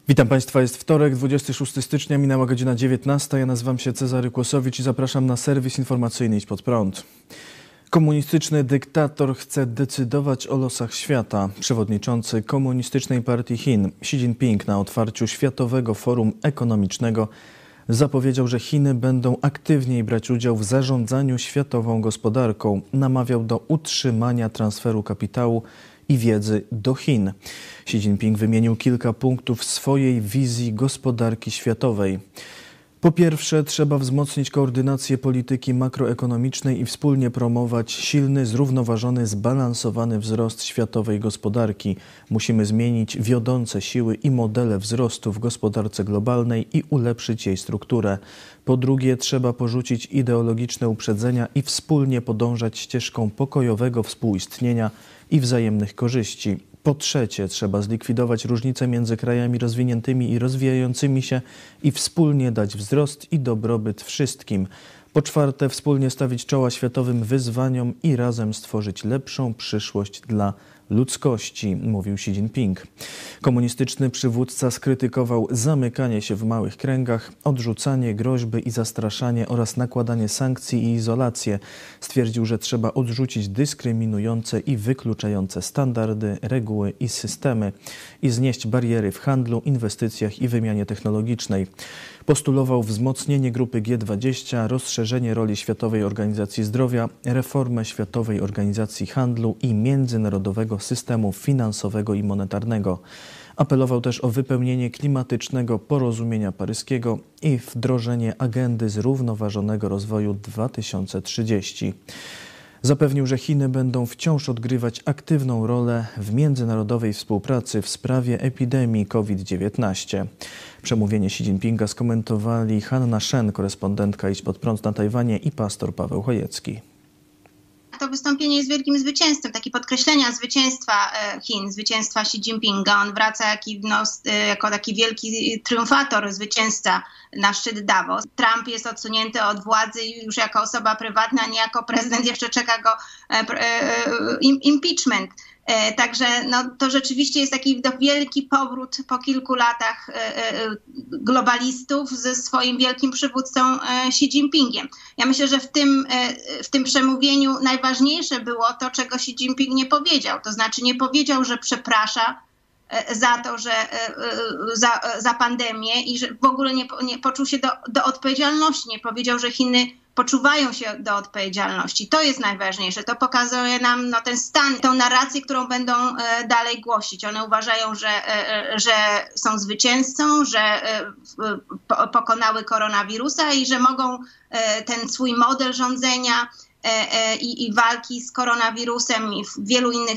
Witam Państwa, jest wtorek, 26 stycznia, minęła godzina 19. Ja nazywam się Cezary Kłosowicz i zapraszam na serwis informacyjny Idź Pod Prąd. Komunistyczny dyktator chce decydować o losach świata. Przewodniczący Komunistycznej Partii Chin Xi Jinping na otwarciu Światowego Forum Ekonomicznego zapowiedział, że Chiny będą aktywniej brać udział w zarządzaniu światową gospodarką. Namawiał do utrzymania transferu kapitału i wiedzy do Chin. Xi Jinping wymienił kilka punktów swojej wizji gospodarki światowej. Po pierwsze, trzeba wzmocnić koordynację polityki makroekonomicznej i wspólnie promować silny, zrównoważony, zbalansowany wzrost światowej gospodarki. Musimy zmienić wiodące siły i modele wzrostu w gospodarce globalnej i ulepszyć jej strukturę. Po drugie, trzeba porzucić ideologiczne uprzedzenia i wspólnie podążać ścieżką pokojowego współistnienia i wzajemnych korzyści. Po trzecie, trzeba zlikwidować różnice między krajami rozwiniętymi i rozwijającymi się i wspólnie dać wzrost i dobrobyt wszystkim. Po czwarte, wspólnie stawić czoła światowym wyzwaniom i razem stworzyć lepszą przyszłość dla ludzkości, mówił Xi Jinping. Komunistyczny przywódca skrytykował zamykanie się w małych kręgach, odrzucanie, groźby i zastraszanie oraz nakładanie sankcji i izolację. Stwierdził, że trzeba odrzucić dyskryminujące i wykluczające standardy, reguły i systemy i znieść bariery w handlu, inwestycjach i wymianie technologicznej. Postulował wzmocnienie grupy G20, rozszerzenie roli Światowej Organizacji Zdrowia, reformę Światowej Organizacji Handlu i międzynarodowego systemu finansowego i monetarnego. Apelował też o wypełnienie klimatycznego porozumienia paryskiego i wdrożenie agendy zrównoważonego rozwoju 2030. Zapewnił, że Chiny będą wciąż odgrywać aktywną rolę w międzynarodowej współpracy w sprawie epidemii COVID-19. Przemówienie Xi Jinpinga skomentowali Hanna Shen, korespondentka Idź Pod Prąd na Tajwanie, i pastor Paweł Chojecki. To wystąpienie jest wielkim zwycięstwem, takie podkreślenia zwycięstwa Chin, zwycięstwa Xi Jinpinga. On wraca jako taki wielki triumfator, zwycięzca na szczyt Davos. Trump jest odsunięty od władzy już jako osoba prywatna, nie jako prezydent. Jeszcze czeka go impeachment. Także to rzeczywiście jest taki wielki powrót po kilku latach globalistów ze swoim wielkim przywódcą Xi Jinpingiem. Ja myślę, że w tym przemówieniu najważniejsze było to, czego Xi Jinping nie powiedział. To znaczy nie powiedział, że przeprasza za to, że za pandemię i że w ogóle nie poczuł się do odpowiedzialności. Nie powiedział, że Chiny poczuwają się do odpowiedzialności. To jest najważniejsze. To pokazuje nam ten stan, tą narrację, którą będą dalej głosić. One uważają, że są zwycięzcą, że pokonały koronawirusa i że mogą ten swój model rządzenia i walki z koronawirusem i w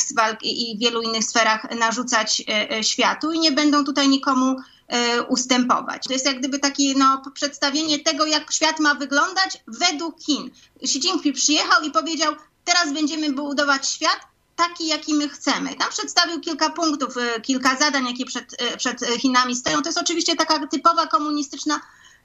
wielu innych sferach narzucać światu i nie będą tutaj nikomu ustępować. To jest jak gdyby takie przedstawienie tego, jak świat ma wyglądad według Chin. Xi Jinping przyjechał i powiedział, teraz będziemy budować świat taki, jaki my chcemy. Tam przedstawił kilka punktów, kilka zadań, jakie przed Chinami stoją. To jest oczywiście taka typowa komunistyczna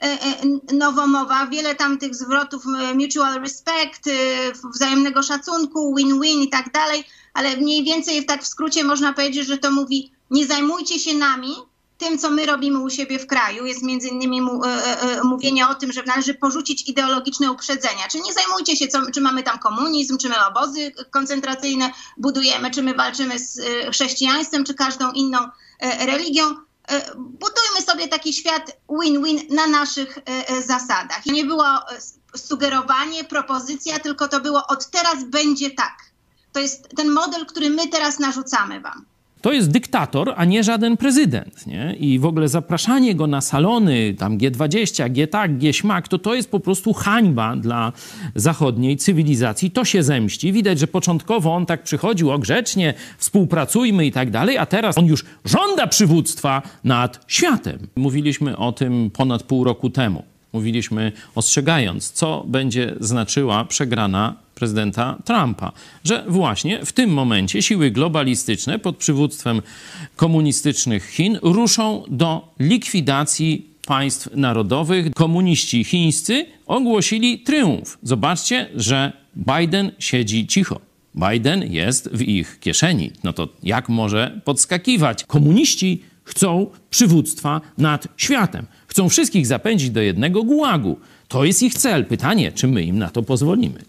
nowomowa, wiele tam tych zwrotów mutual respect, wzajemnego szacunku, win-win i tak dalej, ale mniej więcej tak w skrócie można powiedzieć, że to mówi, nie zajmujcie się nami, tym, co my robimy u siebie w kraju. Jest między innymi mówienie o tym, że należy porzucić ideologiczne uprzedzenia. Czyli nie zajmujcie się, czy mamy tam komunizm, czy my obozy koncentracyjne budujemy, czy my walczymy z chrześcijaństwem, czy każdą inną religią. Budujmy sobie taki świat win-win na naszych zasadach. I nie było sugerowanie, propozycja, tylko to było od teraz będzie tak. To jest ten model, który my teraz narzucamy wam. To jest dyktator, a nie żaden prezydent, nie? I w ogóle zapraszanie go na salony, tam G20, G-tak, G-śmak, to jest po prostu hańba dla zachodniej cywilizacji. To się zemści. Widać, że początkowo on tak przychodził grzecznie, współpracujmy i tak dalej, a teraz on już żąda przywództwa nad światem. Mówiliśmy o tym ponad pół roku temu. Mówiliśmy, ostrzegając, co będzie znaczyła przegrana prezydenta Trumpa, że właśnie w tym momencie siły globalistyczne pod przywództwem komunistycznych Chin ruszą do likwidacji państw narodowych. Komuniści chińscy ogłosili triumf. Zobaczcie, że Biden siedzi cicho. Biden jest w ich kieszeni. No to jak może podskakiwać? Komuniści Chcą przywództwa nad światem. Chcą wszystkich zapędzić do jednego gułagu. To jest ich cel. Pytanie, czy my im na to pozwolimy.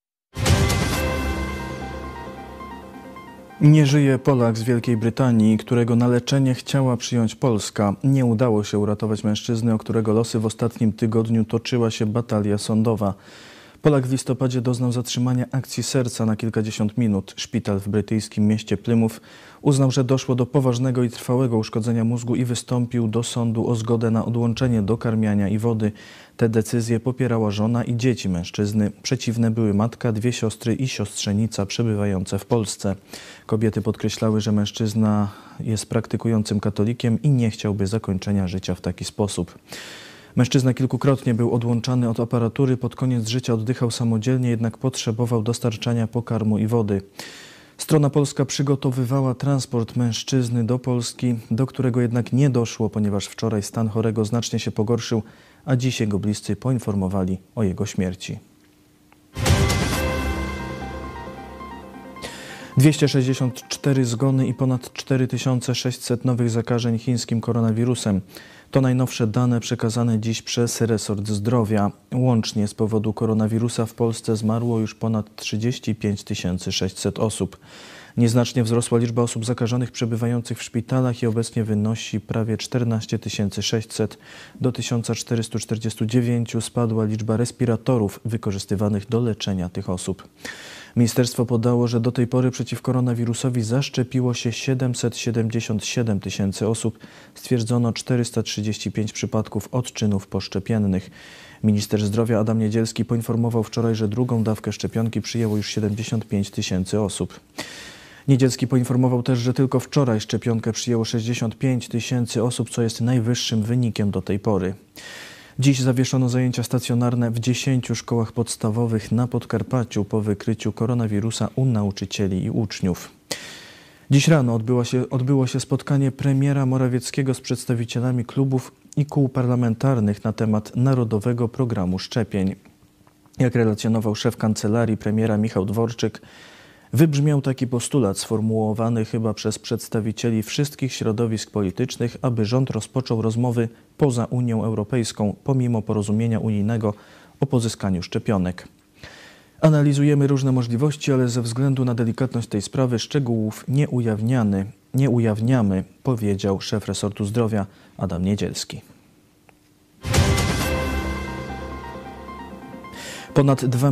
Nie żyje Polak z Wielkiej Brytanii, którego na leczenie chciała przyjąć Polska. Nie udało się uratować mężczyzny, o którego losy w ostatnim tygodniu toczyła się batalia sądowa. Polak w listopadzie doznał zatrzymania akcji serca na kilkadziesiąt minut. Szpital w brytyjskim mieście Plymouth uznał, że doszło do poważnego i trwałego uszkodzenia mózgu i wystąpił do sądu o zgodę na odłączenie dokarmiania i wody. Te decyzje popierała żona i dzieci mężczyzny. Przeciwne były matka, 2 siostry i siostrzenica przebywające w Polsce. Kobiety podkreślały, że mężczyzna jest praktykującym katolikiem i nie chciałby zakończenia życia w taki sposób. Mężczyzna kilkukrotnie był odłączany od aparatury, pod koniec życia oddychał samodzielnie, jednak potrzebował dostarczania pokarmu i wody. Strona polska przygotowywała transport mężczyzny do Polski, do którego jednak nie doszło, ponieważ wczoraj stan chorego znacznie się pogorszył, a dziś jego bliscy poinformowali o jego śmierci. 264 zgony i ponad 4600 nowych zakażeń chińskim koronawirusem. To najnowsze dane przekazane dziś przez resort zdrowia. Łącznie z powodu koronawirusa w Polsce zmarło już ponad 35 600 osób. Nieznacznie wzrosła liczba osób zakażonych przebywających w szpitalach i obecnie wynosi prawie 14 600. Do 1449 spadła liczba respiratorów wykorzystywanych do leczenia tych osób. Ministerstwo podało, że do tej pory przeciw koronawirusowi zaszczepiło się 777 tysięcy osób. Stwierdzono 435 przypadków odczynów poszczepiennych. Minister zdrowia Adam Niedzielski poinformował wczoraj, że drugą dawkę szczepionki przyjęło już 75 tysięcy osób. Niedzielski poinformował też, że tylko wczoraj szczepionkę przyjęło 65 tysięcy osób, co jest najwyższym wynikiem do tej pory. Dziś zawieszono zajęcia stacjonarne w 10 szkołach podstawowych na Podkarpaciu po wykryciu koronawirusa u nauczycieli i uczniów. Dziś rano odbyło się spotkanie premiera Morawieckiego z przedstawicielami klubów i kół parlamentarnych na temat Narodowego Programu Szczepień. Jak relacjonował szef kancelarii premiera Michał Dworczyk, wybrzmiał taki postulat sformułowany chyba przez przedstawicieli wszystkich środowisk politycznych, aby rząd rozpoczął rozmowy poza Unią Europejską, pomimo porozumienia unijnego o pozyskaniu szczepionek. Analizujemy różne możliwości, ale ze względu na delikatność tej sprawy szczegółów nie ujawniamy, powiedział szef resortu zdrowia Adam Niedzielski. Ponad 2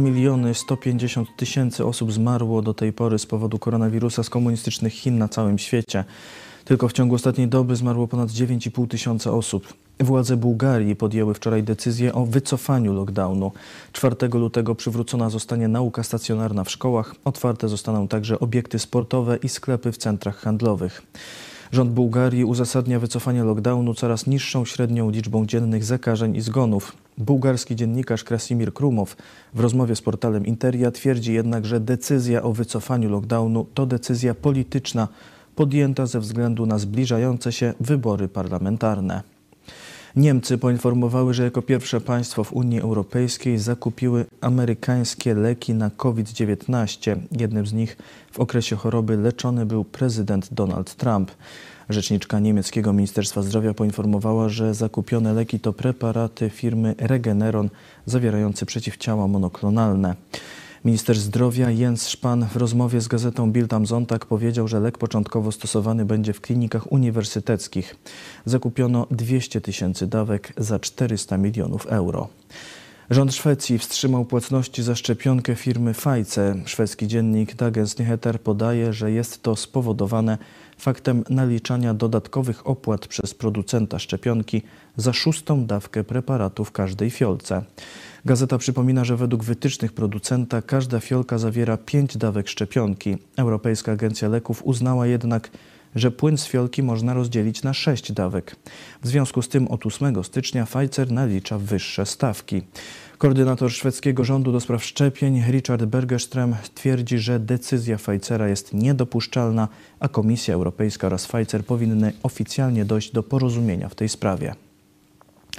150 000 osób zmarło do tej pory z powodu koronawirusa z komunistycznych Chin na całym świecie. Tylko w ciągu ostatniej doby zmarło ponad 9,5 tysiąca osób. Władze Bułgarii podjęły wczoraj decyzję o wycofaniu lockdownu. 4 lutego przywrócona zostanie nauka stacjonarna w szkołach. Otwarte zostaną także obiekty sportowe i sklepy w centrach handlowych. Rząd Bułgarii uzasadnia wycofanie lockdownu coraz niższą średnią liczbą dziennych zakażeń i zgonów. Bułgarski dziennikarz Krasimir Krumow w rozmowie z portalem Interia twierdzi jednak, że decyzja o wycofaniu lockdownu to decyzja polityczna podjęta ze względu na zbliżające się wybory parlamentarne. Niemcy poinformowały, że jako pierwsze państwo w Unii Europejskiej zakupiły amerykańskie leki na COVID-19. Jednym z nich w okresie choroby leczony był prezydent Donald Trump. Rzeczniczka niemieckiego Ministerstwa Zdrowia poinformowała, że zakupione leki to preparaty firmy Regeneron zawierające przeciwciała monoklonalne. Minister zdrowia Jens Spahn w rozmowie z gazetą Bild am Sonntag powiedział, że lek początkowo stosowany będzie w klinikach uniwersyteckich. Zakupiono 200 000 dawek za 400 milionów euro. Rząd Szwecji wstrzymał płatności za szczepionkę firmy Pfizer. Szwedzki dziennik Dagens Nyheter podaje, że jest to spowodowane faktem naliczania dodatkowych opłat przez producenta szczepionki za 6. dawkę preparatu w każdej fiolce. Gazeta przypomina, że według wytycznych producenta każda fiolka zawiera 5 dawek szczepionki. Europejska Agencja Leków uznała jednak, że płyn z fiolki można rozdzielić na 6 dawek. W związku z tym od 8 stycznia Pfizer nalicza wyższe stawki. Koordynator szwedzkiego rządu do spraw szczepień Richard Bergerström twierdzi, że decyzja Pfizera jest niedopuszczalna, a Komisja Europejska oraz Pfizer powinny oficjalnie dojść do porozumienia w tej sprawie.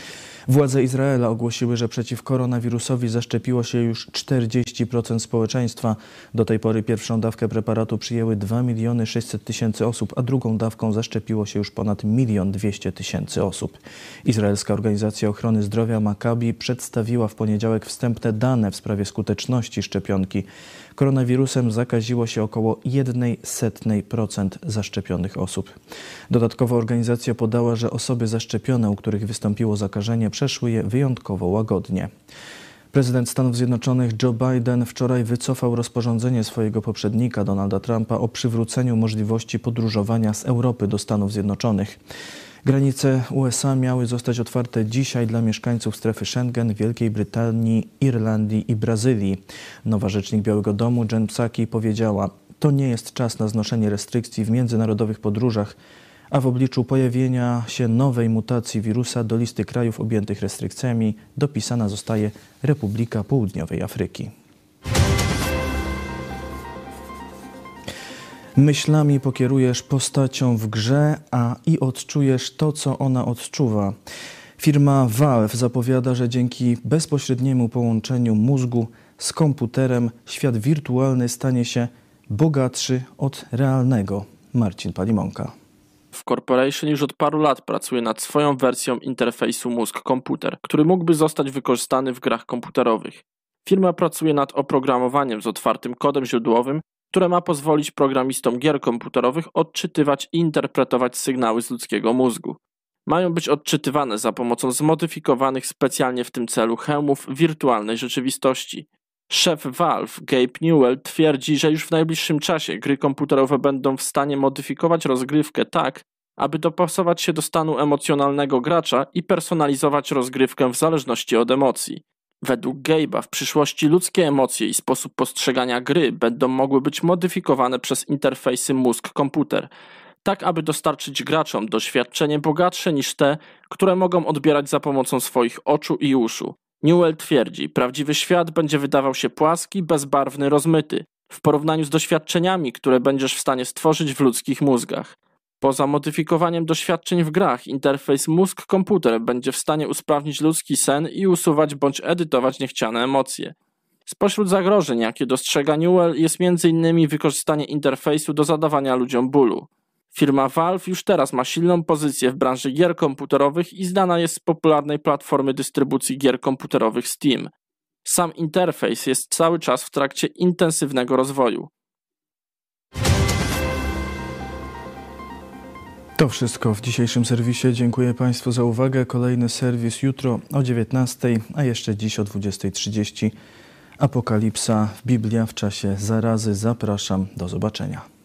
Władze Izraela ogłosiły, że przeciw koronawirusowi zaszczepiło się już 40% społeczeństwa. Do tej pory pierwszą dawkę preparatu przyjęły 2 600 000 osób, a drugą dawką zaszczepiło się już ponad 1 200 000 osób. Izraelska Organizacja Ochrony Zdrowia Maccabi przedstawiła w poniedziałek wstępne dane w sprawie skuteczności szczepionki. Koronawirusem zakaziło się około 0,01% zaszczepionych osób. Dodatkowo organizacja podała, że osoby zaszczepione, u których wystąpiło zakażenie, przeszły je wyjątkowo łagodnie. Prezydent Stanów Zjednoczonych Joe Biden wczoraj wycofał rozporządzenie swojego poprzednika Donalda Trumpa o przywróceniu możliwości podróżowania z Europy do Stanów Zjednoczonych. Granice USA miały zostać otwarte dzisiaj dla mieszkańców strefy Schengen, Wielkiej Brytanii, Irlandii i Brazylii. Nowa rzecznik Białego Domu Jen Psaki powiedziała: to nie jest czas na znoszenie restrykcji w międzynarodowych podróżach, a w obliczu pojawienia się nowej mutacji wirusa do listy krajów objętych restrykcjami dopisana zostaje Republika Południowej Afryki. Myślami pokierujesz postacią w grze, i odczujesz to, co ona odczuwa. Firma Valve zapowiada, że dzięki bezpośredniemu połączeniu mózgu z komputerem świat wirtualny stanie się bogatszy od realnego. Marcin Palimonka. W Corporation już od paru lat pracuje nad swoją wersją interfejsu mózg-komputer, który mógłby zostać wykorzystany w grach komputerowych. Firma pracuje nad oprogramowaniem z otwartym kodem źródłowym, które ma pozwolić programistom gier komputerowych odczytywać i interpretować sygnały z ludzkiego mózgu. Mają być odczytywane za pomocą zmodyfikowanych specjalnie w tym celu hełmów wirtualnej rzeczywistości. Szef Valve, Gabe Newell, twierdzi, że już w najbliższym czasie gry komputerowe będą w stanie modyfikować rozgrywkę tak, aby dopasować się do stanu emocjonalnego gracza i personalizować rozgrywkę w zależności od emocji. Według Gabe'a w przyszłości ludzkie emocje i sposób postrzegania gry będą mogły być modyfikowane przez interfejsy mózg-komputer, tak aby dostarczyć graczom doświadczenie bogatsze niż te, które mogą odbierać za pomocą swoich oczu i uszu. Newell twierdzi, prawdziwy świat będzie wydawał się płaski, bezbarwny, rozmyty, w porównaniu z doświadczeniami, które będziesz w stanie stworzyć w ludzkich mózgach. Poza modyfikowaniem doświadczeń w grach, interfejs mózg-komputer będzie w stanie usprawnić ludzki sen i usuwać bądź edytować niechciane emocje. Spośród zagrożeń, jakie dostrzega Newell, jest m.in. wykorzystanie interfejsu do zadawania ludziom bólu. Firma Valve już teraz ma silną pozycję w branży gier komputerowych i znana jest z popularnej platformy dystrybucji gier komputerowych Steam. Sam interfejs jest cały czas w trakcie intensywnego rozwoju. To wszystko w dzisiejszym serwisie. Dziękuję Państwu za uwagę. Kolejny serwis jutro o 19:00, a jeszcze dziś o 20:30. Apokalipsa, Biblia w czasie zarazy. Zapraszam. Do zobaczenia.